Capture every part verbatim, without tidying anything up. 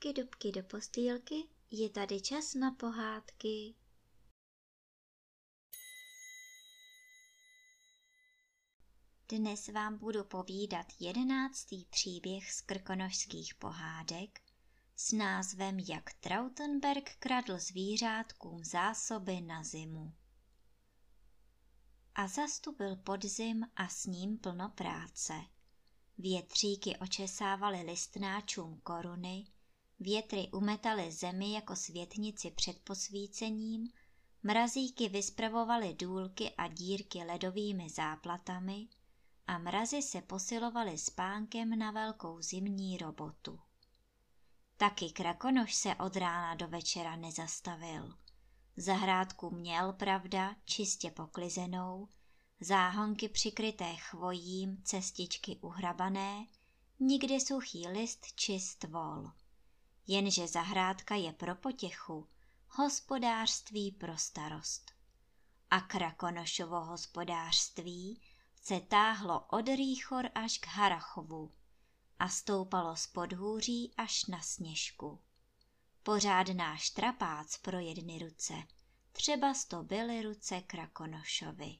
dubky, dubky do postýlky, je tady čas na pohádky. Dnes vám budu povídat jedenáctý příběh z krkonošských pohádek s názvem Jak Trautenberg kradl zvířátkům zásoby na zimu. A zas tu byl podzim a s ním plno práce. Větříky očesávaly listnáčům koruny, větry umetaly zemi jako světnici před posvícením, mrazíky vyspravovaly důlky a dírky ledovými záplatami a mrazy se posilovaly spánkem na velkou zimní robotu. Taky Krakonoš se od rána do večera nezastavil. Zahrádku měl, pravda, čistě poklizenou, záhonky přikryté chvojím, cestičky uhrabané, nikdy suchý list či stvol. Jenže zahrádka je pro potěchu, hospodářství pro starost. A Krakonošovo hospodářství se táhlo od Rýchor až k Harachovu a stoupalo z podhůří až na Sněžku. Pořádná štrapác pro jedny ruce, třeba to byly ruce Krakonošovi.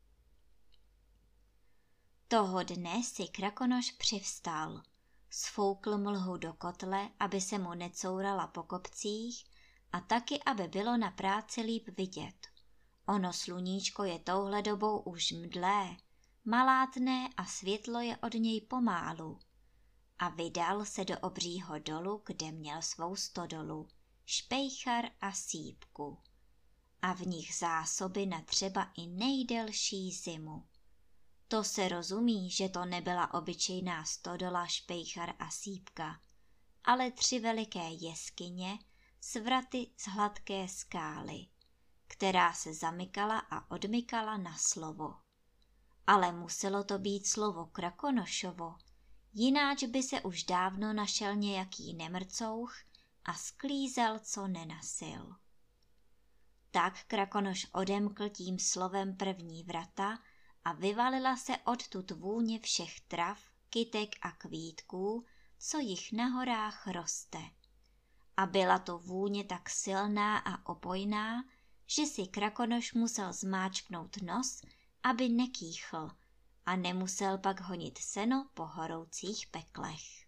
Toho dne si Krakonoš přivstal, sfoukl mlhu do kotle, aby se mu necourala po kopcích a taky, aby bylo na práci líp vidět. Ono sluníčko je touhle dobou už mdlé, malátné a světlo je od něj pomálu. A vydal se do obřího dolu, kde měl svou stodolu, špejchar a sýpku. A v nich zásoby na třeba i nejdelší zimu. To se rozumí, že to nebyla obyčejná stodola, špejchar a sýpka, ale tři veliké jeskyně s vraty z hladké skály, která se zamykala a odmykala na slovo. Ale muselo to být slovo Krakonošovo, jináč by se už dávno našel nějaký nemrcouch a sklízel, co nenasil. Tak Krakonoš odemkl tím slovem první vrata a vyvalila se odtud vůně všech trav, kytek a kvítků, co jich na horách roste. A byla to vůně tak silná a opojná, že si Krakonoš musel zmáčknout nos, aby nekýchl, a nemusel pak honit seno po horoucích peklech.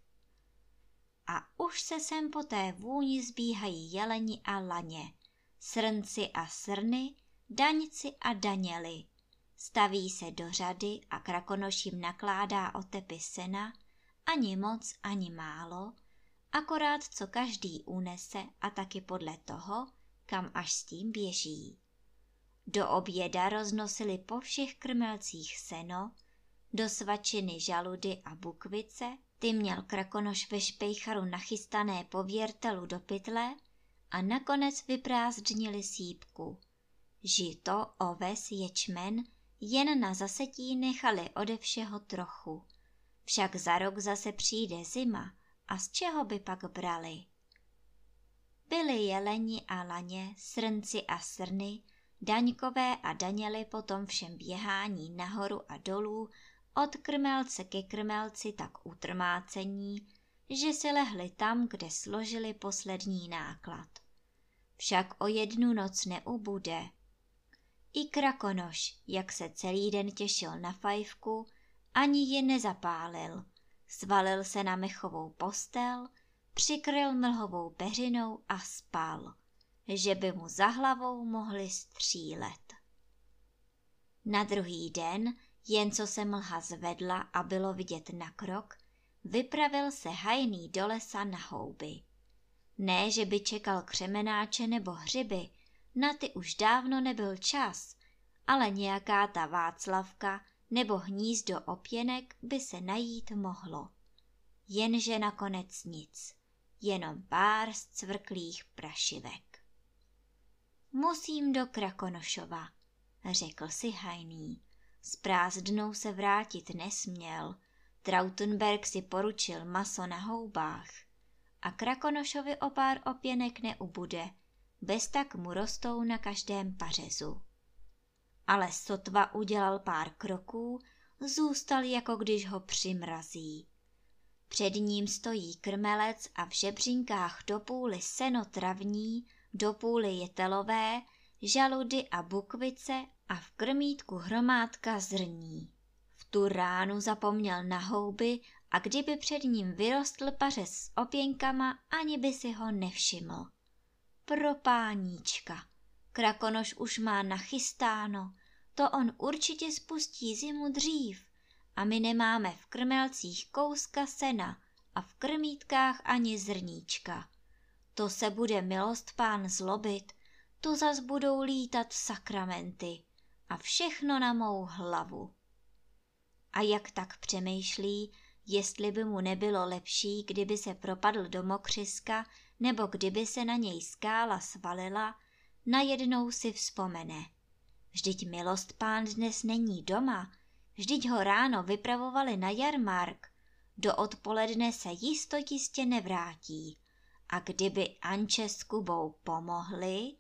A už se sem po té vůni zbíhají jeleni a laně, srnci a srny, daňci a daněli. Staví se do řady a Krakonoš jim nakládá otepy sena, ani moc, ani málo, akorát co každý unese a taky podle toho, kam až s tím běží. Do oběda roznosili po všech krmelcích seno, do svačiny žaludy a bukvice, ty měl Krakonoš ve špejcharu nachystané po věrtelu do pytle a nakonec vyprázdnili sýpku. Žito, oves, ječmen jen na zasetí nechali ode všeho trochu. Však za rok zase přijde zima a z čeho by pak brali? Byli jeleni a laně, srnci a srny, daňkové a daněli po tom všem běhání nahoru a dolů, od krmelce ke krmelci tak utrmácení, že si lehli tam, kde složili poslední náklad. Však o jednu noc neubude. I Krakonoš, jak se celý den těšil na fajfku, ani ji nezapálil. Svalil se na mechovou postel, přikryl mlhovou peřinou a spal, že by mu za hlavou mohli střílet. Na druhý den, jen co se mlha zvedla a bylo vidět na krok, vypravil se hajný do lesa na houby. Ne, že by čekal křemenáče nebo hřiby, na ty už dávno nebyl čas, ale nějaká ta Václavka nebo hnízdo opěnek by se najít mohlo. Jenže nakonec nic, jenom pár zcvrklých prašivek. Musím do Krakonošova, řekl si hajný. S prázdnou se vrátit nesměl, Trautenberg si poručil maso na houbách a Krakonošovi o pár opěnek neubude, bez tak mu rostou na každém pařezu. Ale sotva udělal pár kroků, zůstal jako když ho přimrazí. Před ním stojí krmelec a v žebřínkách do půly seno travní, do půly jetelové, žaludy a bukvice a v krmítku hromádka zrní. V tu ránu zapomněl na houby a kdyby před ním vyrostl pařez s opěnkama, ani by si ho nevšiml. Pro páníčka, Krakonoš už má nachystáno, to on určitě spustí zimu dřív a my nemáme v krmelcích kouska sena a v krmítkách ani zrníčka. To se bude milostpán zlobit, to zas budou lítat sakramenty a všechno na mou hlavu. A jak tak přemýšlí, jestli by mu nebylo lepší, kdyby se propadl do mokřiska, nebo kdyby se na něj skála svalila, najednou si vzpomene. Vždyť milostpán dnes není doma, vždyť ho ráno vypravovali na jarmark, do odpoledne se jistotistě nevrátí. A kdyby Anče s Kubou pomohli?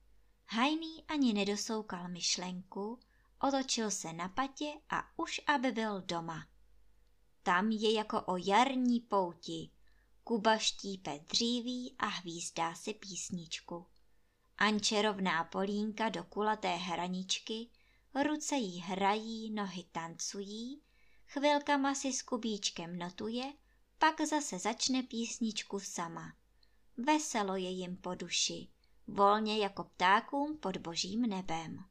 Hajný ani nedosoukal myšlenku, otočil se na patě a už aby byl doma. Tam je jako o jarní pouti. Kuba štípe dříví a hvízdá si písničku. Anče rovná polínka do kulaté hraničky, ruce jí hrají, nohy tancují, chvilkama si s Kubíčkem notuje, pak zase začne písničku sama. Veselo je jim po duši, volně jako ptákům pod božím nebem.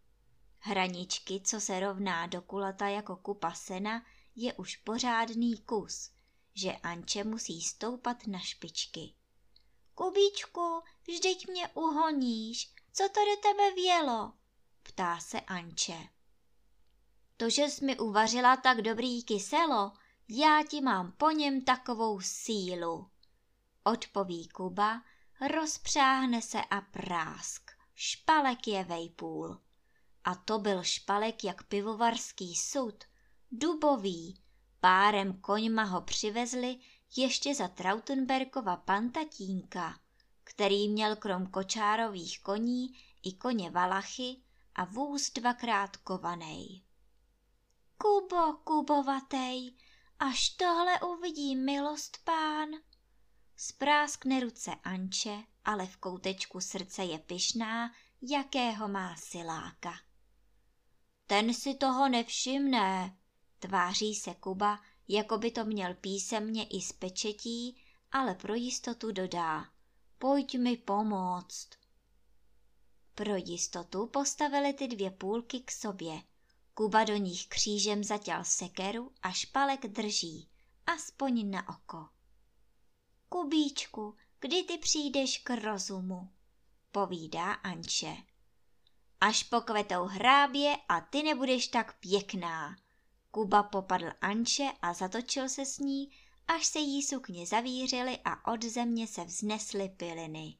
Hraničky, co se rovná do kulata jako kupa sena, je už pořádný kus, že Anče musí stoupat na špičky. Kubíčku, vždyť mě uhoníš, co to do tebe vělo? Ptá se Anče. To, že jsi mi uvařila tak dobrý kyselo, já ti mám po něm takovou sílu. Odpoví Kuba, rozpřáhne se a prásk. Špalek je vejpůl. A to byl špalek jak pivovarský sud, dubový. Párem koňma ho přivezli ještě za Trautenbergova pantatínka, který měl krom kočárových koní i koně valachy a vůz dvakrát kovanej. Kubo, kubovatej, až tohle uvidí milostpán. Spráskne ruce Anče, ale v koutečku srdce je pyšná, jakého má siláka. Ten si toho nevšimne, tváří se Kuba, jako by to měl písemně i s pečetí, ale pro jistotu dodá. Pojď mi pomoct. Pro jistotu postavili ty dvě půlky k sobě. Kuba do nich křížem zatěl sekeru a špalek drží, aspoň na oko. Kubíčku, kdy ty přijdeš k rozumu, povídá Anče. Až pokvetou hrábě a ty nebudeš tak pěkná. Kuba popadl Anče a zatočil se s ní, až se jí sukně zavířily a od země se vznesly piliny.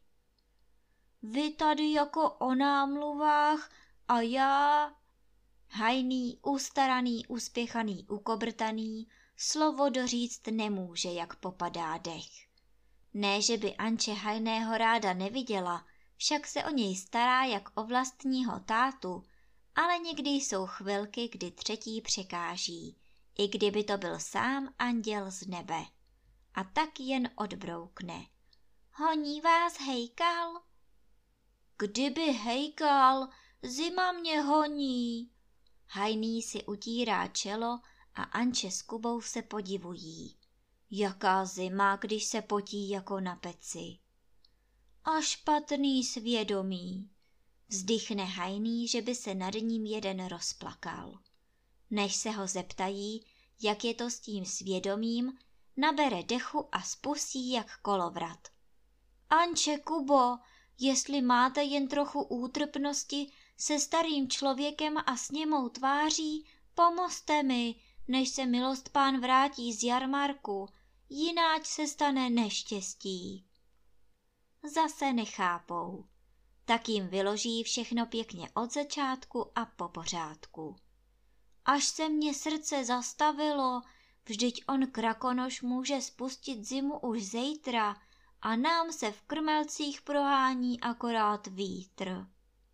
Vy tady jako o námluvách a já... Hajný, ustaraný, uspěchaný, ukobrtaný, slovo doříct nemůže, jak popadá dech. Ne, že by Anče Hajného ráda neviděla, však se o něj stará jak o vlastního tátu, ale někdy jsou chvilky, kdy třetí překáží, i kdyby to byl sám anděl z nebe. A tak jen odbroukne. Honí vás hejkal? Kdyby hejkal, zima mě honí. Hajný si utírá čelo a Anče s Kubou se podivují. Jaká zima, když se potí jako na peci. A špatný svědomí. Vzdychne Hajný, že by se nad ním jeden rozplakal. Než se ho zeptají, jak je to s tím svědomím, nabere dechu a spustí jak kolovrat. Anče, Kubo, jestli máte jen trochu útrpnosti se starým člověkem a s němou tváří, pomozte mi, než se milostpán vrátí z jarmarku, jináč se stane neštěstí. Zase nechápou. Tak jim vyloží všechno pěkně od začátku a po pořádku. Až se mě srdce zastavilo, vždyť on Krakonoš může spustit zimu už zítra a nám se v krmelcích prohání akorát vítr.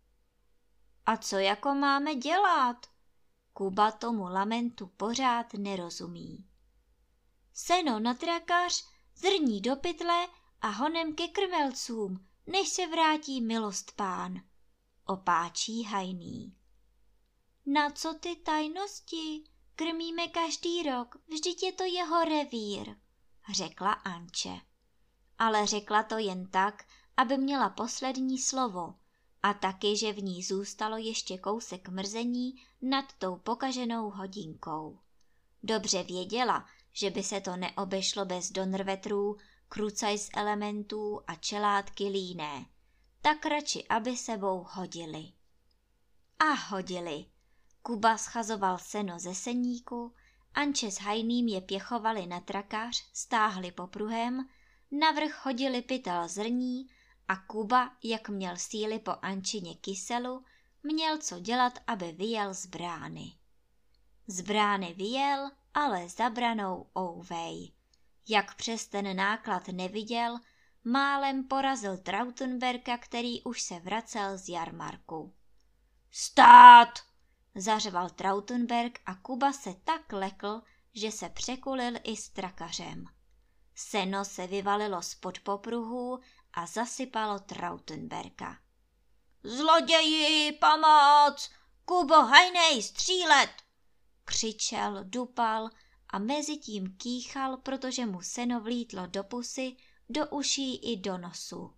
A co jako máme dělat? Kuba tomu lamentu pořád nerozumí. seno na trakař, zrní do pytle a honem ke krmelcům, než se vrátí milost pán, opáčí hajný. Na co ty tajnosti? Krmíme každý rok, vždyť je to jeho revír, řekla Anče. Ale řekla to jen tak, aby měla poslední slovo a taky, že v ní zůstalo ještě kousek mrzení nad tou pokaženou hodinkou. Dobře věděla, že by se to neobešlo bez donrvetrů, krucaj z elementů a čelátky líné, tak radši, aby sebou hodili. A hodili. Kuba schazoval seno ze seníku, Anče s Hajným je pěchovali na trakař, stáhli popruhem, navrch hodili pytel zrní a Kuba, jak měl síly po Ančině kyselu, měl co dělat, aby vyjel z brány. Z brány vyjel, ale za branou ouvej. Jak přes ten náklad neviděl, málem porazil Trautenberka, který už se vracel z jarmarku. Stát! Zařval Trautenberg a Kuba se tak lekl, že se překulil i s trakařem. Seno se vyvalilo spod popruhů a zasypalo Trautenberka. Zloději, pomoc! Kubo, hajnej, střílet! Křičel, dupal a mezitím kýchal, protože mu seno vlítlo do pusy, do uší i do nosu.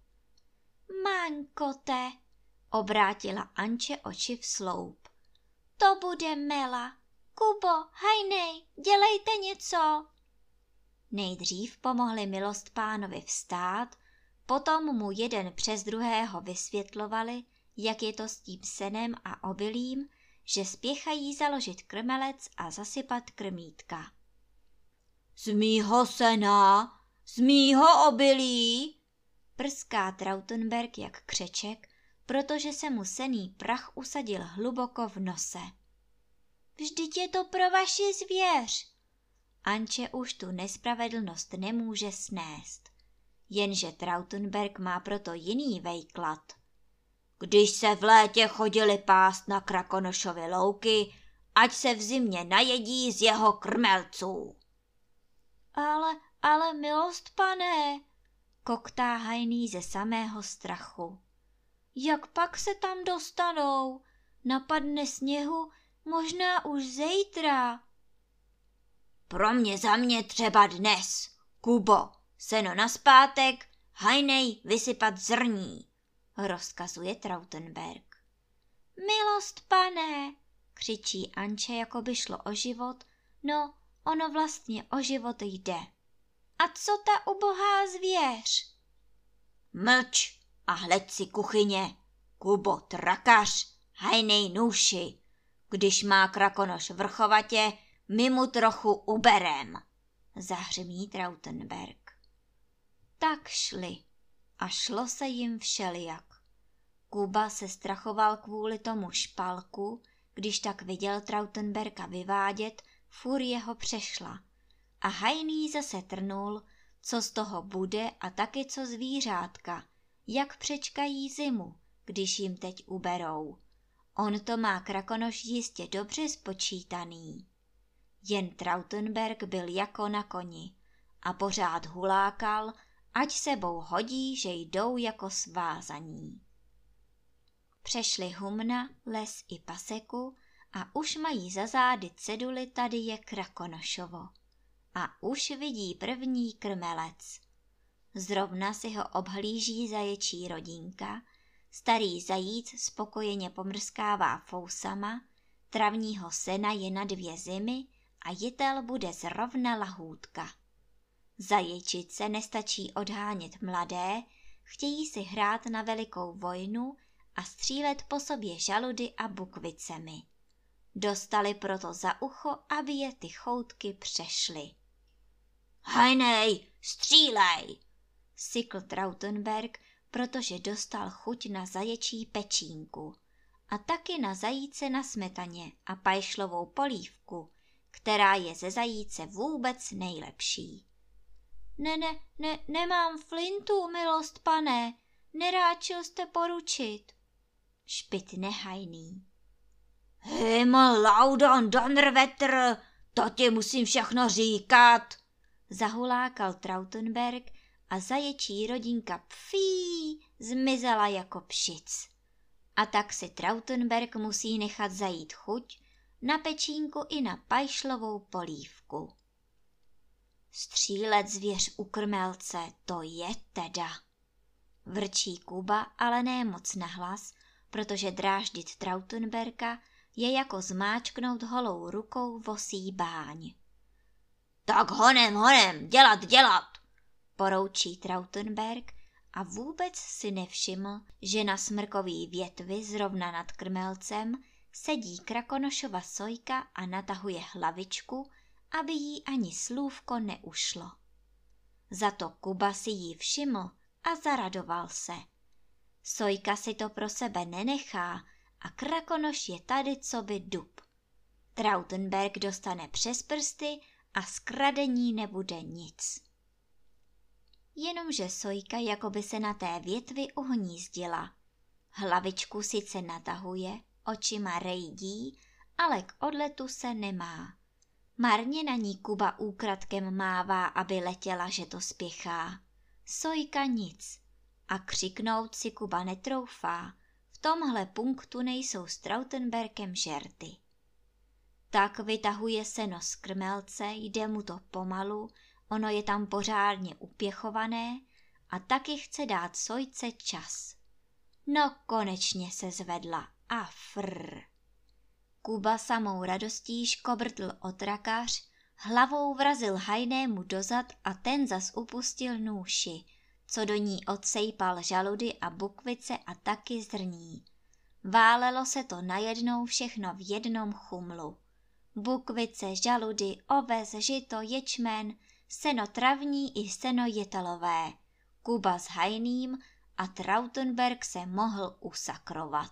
Maňkote, obrátila Anče oči v sloup. To bude mela. Kubo, hajnej, dělejte něco. Nejdřív pomohli milost pánovi vstát, potom mu jeden přes druhého vysvětlovali, jak je to s tím senem a obilím, že spěchají založit krmelec a zasypat krmítka. Z mýho sena, z mýho obilí, prská Trautenberg jak křeček, protože se mu senný prach usadil hluboko v nose. Vždyť je to pro vaši zvěř. Anče už tu nespravedlnost nemůže snést. Jenže Trautenberg má proto jiný vejklad. Když se v létě chodili pást na Krakonošovy louky, ať se v zimě najedí z jeho krmelců. Ale, ale milost pane, koktá Hajný ze samého strachu. Jak pak se tam dostanou? Napadne sněhu možná už zítra. Pro mě za mě třeba dnes. Kubo, seno naspátek, Hajnej vysypat zrní, rozkazuje Trautenberg. Milost pane, křičí Anče, jako by šlo o život, no ono vlastně o život jde. A co ta ubohá zvěř? Mlč a hleď si kuchyně, Kubo trakař, Hajnej nůši. Když má Krakonoš vrchovatě, my mu trochu uberem, zahřmí Trautenberg. Tak šli a šlo se jim všelijak. Kuba se strachoval kvůli tomu špalku, když tak viděl Trautenberga vyvádět, furie ho přešla. A Hajný zase trnul, co z toho bude a taky co zvířátka, jak přečkají zimu, když jim teď uberou. On to má Krakonoš jistě dobře spočítaný. Jen Trautenberg byl jako na koni a pořád hulákal, ať sebou hodí, že jdou jako svázaní. Přešli humna, les i paseku a už mají za zády ceduly tady je Krakonošovo. A už vidí první krmelec. Zrovna si ho obhlíží zaječí rodinka, starý zajíc spokojeně pomrskává fousama, travního sena je na dvě zimy a jitel bude zrovna lahůdka. Zaječice nestačí odhánět mladé, chtějí si hrát na velikou vojnu a střílet po sobě žaludy a bukvicemi. Dostali proto za ucho, aby je ty choutky přešly. Hajnej, střílej, sykl Trautenberg, protože dostal chuť na zaječí pečínku a taky na zajíce na smetaně a pajšlovou polívku, která je ze zajíce vůbec nejlepší. Ne, ne, ne, nemám flintu, milost pane, neráčil jste poručit. Špitne Hajný. Himmel, laudon, donnerwetter, to ti musím všechno říkat, zahulákal Trautenberg a zaječí rodinka pfí zmizela jako pšic. A tak si Trautenberg musí nechat zajít chuť na pečínku i na pajšlovou polívku. Střílet zvěř u krmelce, to je teda. Vrčí Kuba, ale ne moc nahlas, protože dráždit Trautenberga je jako zmáčknout holou rukou vosí báň. Tak honem, honem, dělat, dělat, poroučí Trautenberg a vůbec si nevšiml, že na smrkový větvi zrovna nad krmelcem sedí Krakonošova Sojka a natahuje hlavičku, aby jí ani slůvko neušlo. Za to Kuba si jí všiml a zaradoval se. Sojka si to pro sebe nenechá a Krakonoš je tady coby dub. Trautenberg dostane přes prsty a z kradení nebude nic. Jenomže Sojka jakoby se na té větvi uhnízdila. Hlavičku sice natahuje, očima rejdí, ale k odletu se nemá. Marně na ní Kuba úkradkem mává, aby letěla, že to spěchá. Sojka nic. A křiknout si Kuba netroufá. V tomhle punktu nejsou s Trautenbergem žerty. Tak vytahuje seno z krmelce, jde mu to pomalu, ono je tam pořádně upěchované a taky chce dát Sojce čas. No konečně se zvedla a frr. Kuba samou radostí škobrtl otrakař, hlavou vrazil hajnému dozad a ten zas upustil nůši, co do ní odsejpal žaludy a bukvice a taky zrní. Válelo se to najednou všechno v jednom chumlu. Bukvice, žaludy, oves, žito, ječmen, seno travní i seno jetelové, Kuba s hajným a Trautenberg se mohl usakrovat.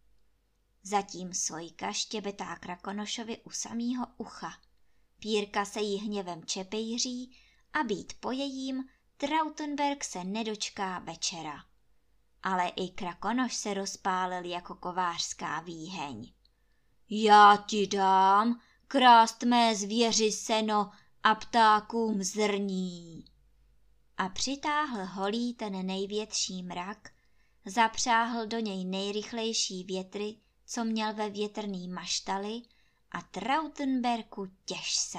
Zatím Sojka štěbetá Krakonošovi u samýho ucha. Pírka se jí hněvem čepejří a být po jejím Trautenberg se nedočká večera. Ale i Krakonoš se rozpálil jako kovářská výheň. Já ti dám krást mé zvěři seno a ptákům zrní. A přitáhl holý ten největší mrak, zapřáhl do něj nejrychlejší větry, co měl ve větrný maštali a Trautenberku těš se.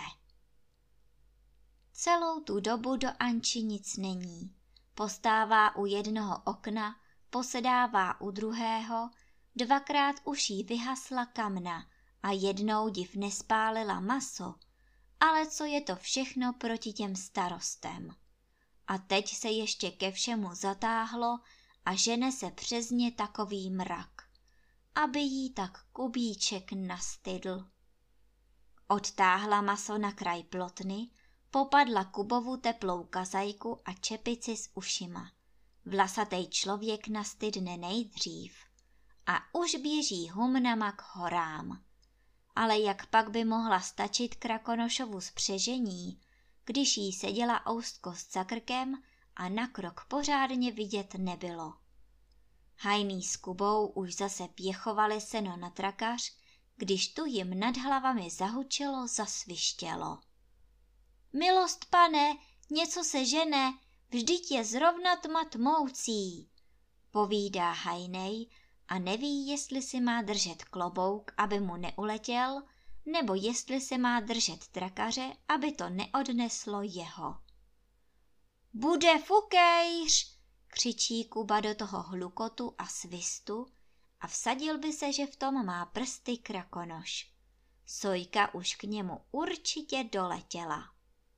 Celou tu dobu do Anči nic není. Postává u jednoho okna, posedává u druhého, dvakrát už jí vyhasla kamna a jednou div nespálila maso, ale co je to všechno proti těm starostem. A teď se ještě ke všemu zatáhlo a žene se přes ně takový mrak, aby jí tak Kubíček nastydl. Odtáhla maso na kraj plotny, popadla Kubovu teplou kazajku a čepici s ušima. Vlasatej člověk nastydne nejdřív a už běží humnama k horám. Ale jak pak by mohla stačit Krakonošovu spřežení, když jí seděla oustkost za krkem a na krok pořádně vidět nebylo. Hajný s Kubou už zase pěchovali seno na trakař, když tu jim nad hlavami zahučelo, zasvištělo. Milost, pane, něco se žene, vždyť je zrovna tma tmoucí, povídá Hajnej a neví, jestli si má držet klobouk, aby mu neuletěl, nebo jestli se má držet trakaře, aby to neodneslo jeho. Bude fukejř, křičí Kuba do toho hlukotu a svistu a vsadil by se, že v tom má prsty Krakonoš. Sojka už k němu určitě doletěla.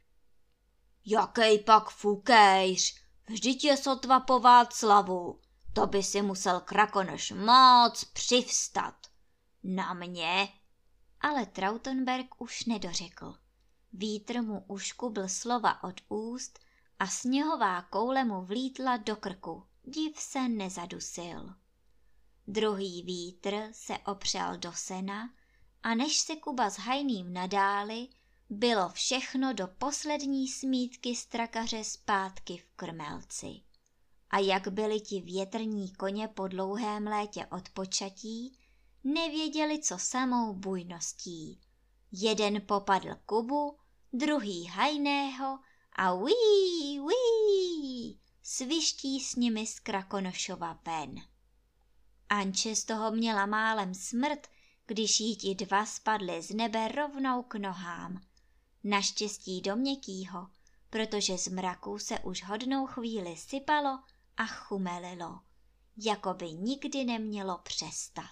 Jakej pak fukejř, vždyť je sotva po Václavu, to by si musel Krakonoš moc přivstat. Na mě? Ale Trautenberg už nedořekl. Vítr mu uškubl slova od úst a sněhová koule mu vlítla do krku. Div se nezadusil. Druhý vítr se opřel do sena a než se Kuba s Hajným nadáli, bylo všechno do poslední smítky strakaře zpátky v krmelci. A jak byli ti větrní koně po dlouhém létě odpočatí, nevěděli, co samou bujností. Jeden popadl Kubu, druhý Hajného a uí, uí, sviští s nimi z Krakonošova ven. Anče z toho měla málem smrt, když jí ti dva spadly z nebe rovnou k nohám. Naštěstí do měkkýho, protože z mraku se už hodnou chvíli sypalo a chumelilo, jako by nikdy nemělo přestat.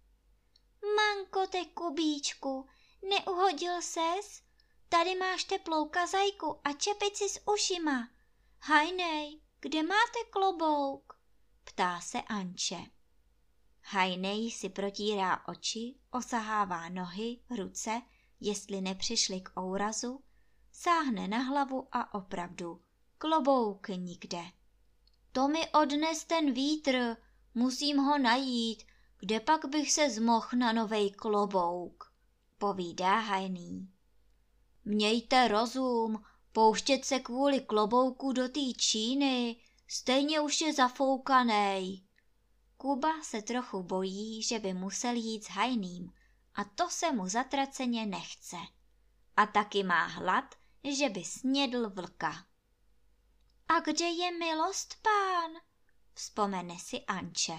Mankote Kubíčku, neuhodil ses? Tady máš teplou kazajku a čepici s ušima. Hajnej, kde máte klobouk? Ptá se Anče. Hajnej si protírá oči, osahává nohy, ruce, jestli nepřišli k ourazu, sáhne na hlavu a opravdu, klobouk nikde. To mi odnes ten vítr, musím ho najít, kde pak bych se zmohl na novej klobouk, povídá Hajný. Mějte rozum, pouštět se kvůli klobouku do té Číny, stejně už je zafoukanej. Kuba se trochu bojí, že by musel jít s Hajným, a to se mu zatraceně nechce. A taky má hlad, že by snědl vlka. A kde je milost pán? Vzpomene si Anče.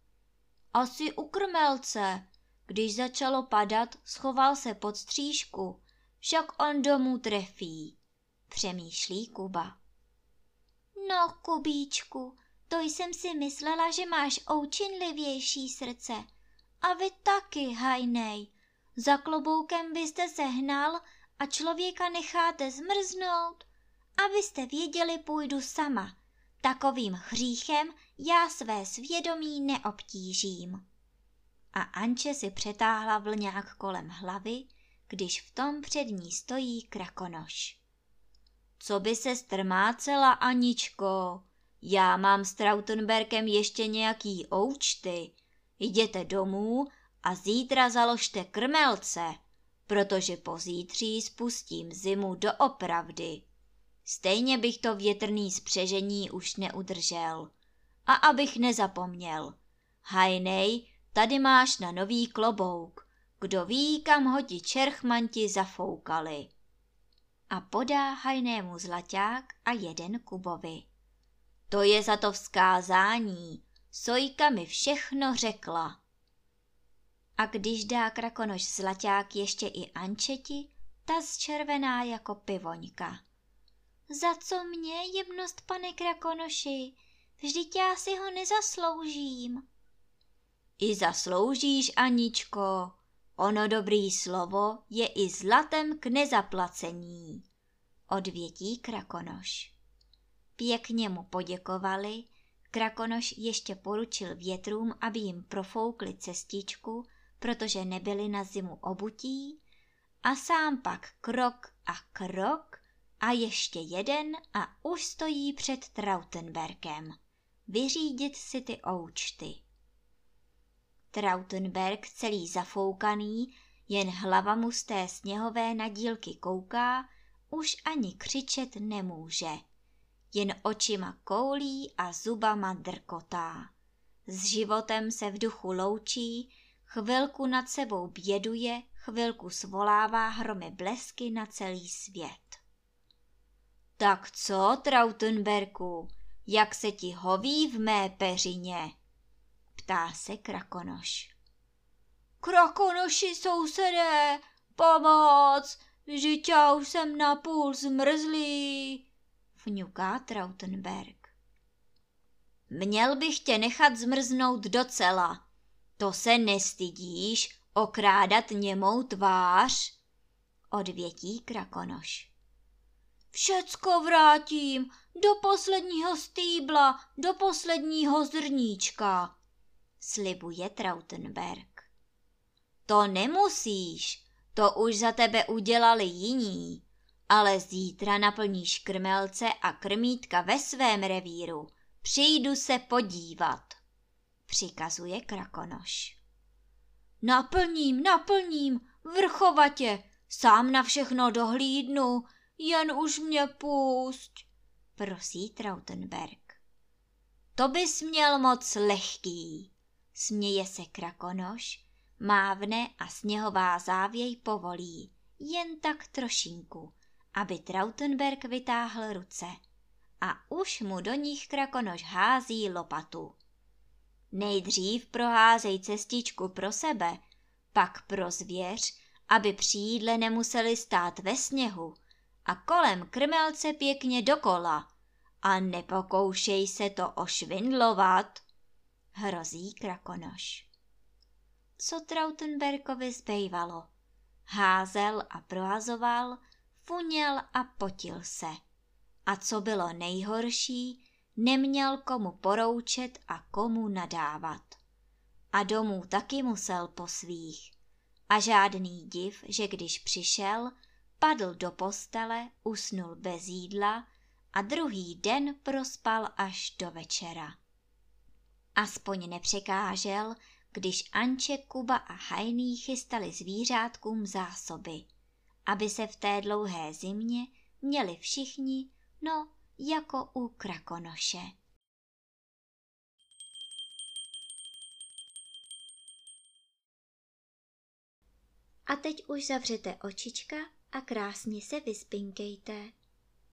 Asi u krmelce. Když začalo padat, schoval se pod střížku, však on domů trefí, přemýšlí Kuba. No, Kubíčku, to jsem si myslela, že máš oučinlivější srdce. A vy taky, Hajnej. Za kloboukem byste se hnal a člověka necháte zmrznout. Abyste věděli, půjdu sama. Takovým hříchem já své svědomí neobtížím. A Anče si přetáhla vlňák kolem hlavy, když v tom před ní stojí Krakonoš. Co by se strmácela, Aničko? Já mám s Trautenberkem ještě nějaký oučty. Jděte domů a zítra založte krmelce, protože pozítří spustím zimu doopravdy. Stejně bych to větrný spřežení už neudržel. A abych nezapomněl. Hajnej, tady máš na nový klobouk. Kdo ví, kam ho ti čerchmanti zafoukali. A podá Hajnému zlaťák a jeden Kubovi. To je za to vzkázání. Sojka mi všechno řekla. A když dá Krakonoš zlaťák ještě i Ančeti, ta zčervená jako pivoňka. Za co mě, jemnost pane Krakonoši? Vždyť já si ho nezasloužím. I zasloužíš, Aničko. Ono dobrý slovo je i zlatem k nezaplacení, odvětí Krakonoš. Pěkně mu poděkovali, Krakonoš ještě poručil větrům, aby jim profoukli cestičku, protože nebyli na zimu obutí, a sám pak krok a krok a ještě jeden a už stojí před Trautenberkem. Vyřídit si ty oučty. Trautenberg celý zafoukaný, jen hlava mu z té sněhové nadílky kouká, už ani křičet nemůže. Jen očima koulí a zubama drkotá. S životem se v duchu loučí, chvilku nad sebou běduje, chvilku svolává hromy blesky na celý svět. Tak co, Trautenberku, jak se ti hoví v mé peřině? Ptá se Krakonoš. Krakonoši, sousedé, pomoc, vždyť já už jsem napůl zmrzlý, fňuká Trautenberg. Měl bych tě nechat zmrznout docela. To se nestydíš okrádat němou tvář, odvětí Krakonoš. Všecko vrátím, do posledního stýbla, do posledního zrníčka, slibuje Trautenberg. To nemusíš, to už za tebe udělali jiní, ale zítra naplníš krmelce a krmítka ve svém revíru. Přijdu se podívat, přikazuje Krakonoš. Naplním, naplním, vrchovatě, sám na všechno dohlídnu, jen už mě pusť, prosí Trautenberg. To bys měl moc lehký, směje se Krakonoš, mávne a sněhová závěj povolí, jen tak trošinku, aby Trautenberg vytáhl ruce. A už mu do nich Krakonoš hází lopatu. Nejdřív proházej cestičku pro sebe, pak pro zvěř, aby při jídle nemuseli stát ve sněhu, a kolem krmelce pěkně dokola a nepokoušej se to ošvindlovat, hrozí Krakonoš. Co Trautenbergovi zbývalo? Házel a prohazoval, funěl a potil se. A co bylo nejhorší, neměl komu poroučet a komu nadávat. A domů taky musel po svých. A žádný div, že když přišel, padl do postele, usnul bez jídla a druhý den prospal až do večera. Aspoň nepřekážel, když Anče, Kuba a Hajný chystali zvířátkům zásoby, aby se v té dlouhé zimě měli všichni, no jako u Krakonoše. A teď už zavřete očička a krásně se vyspinkejte.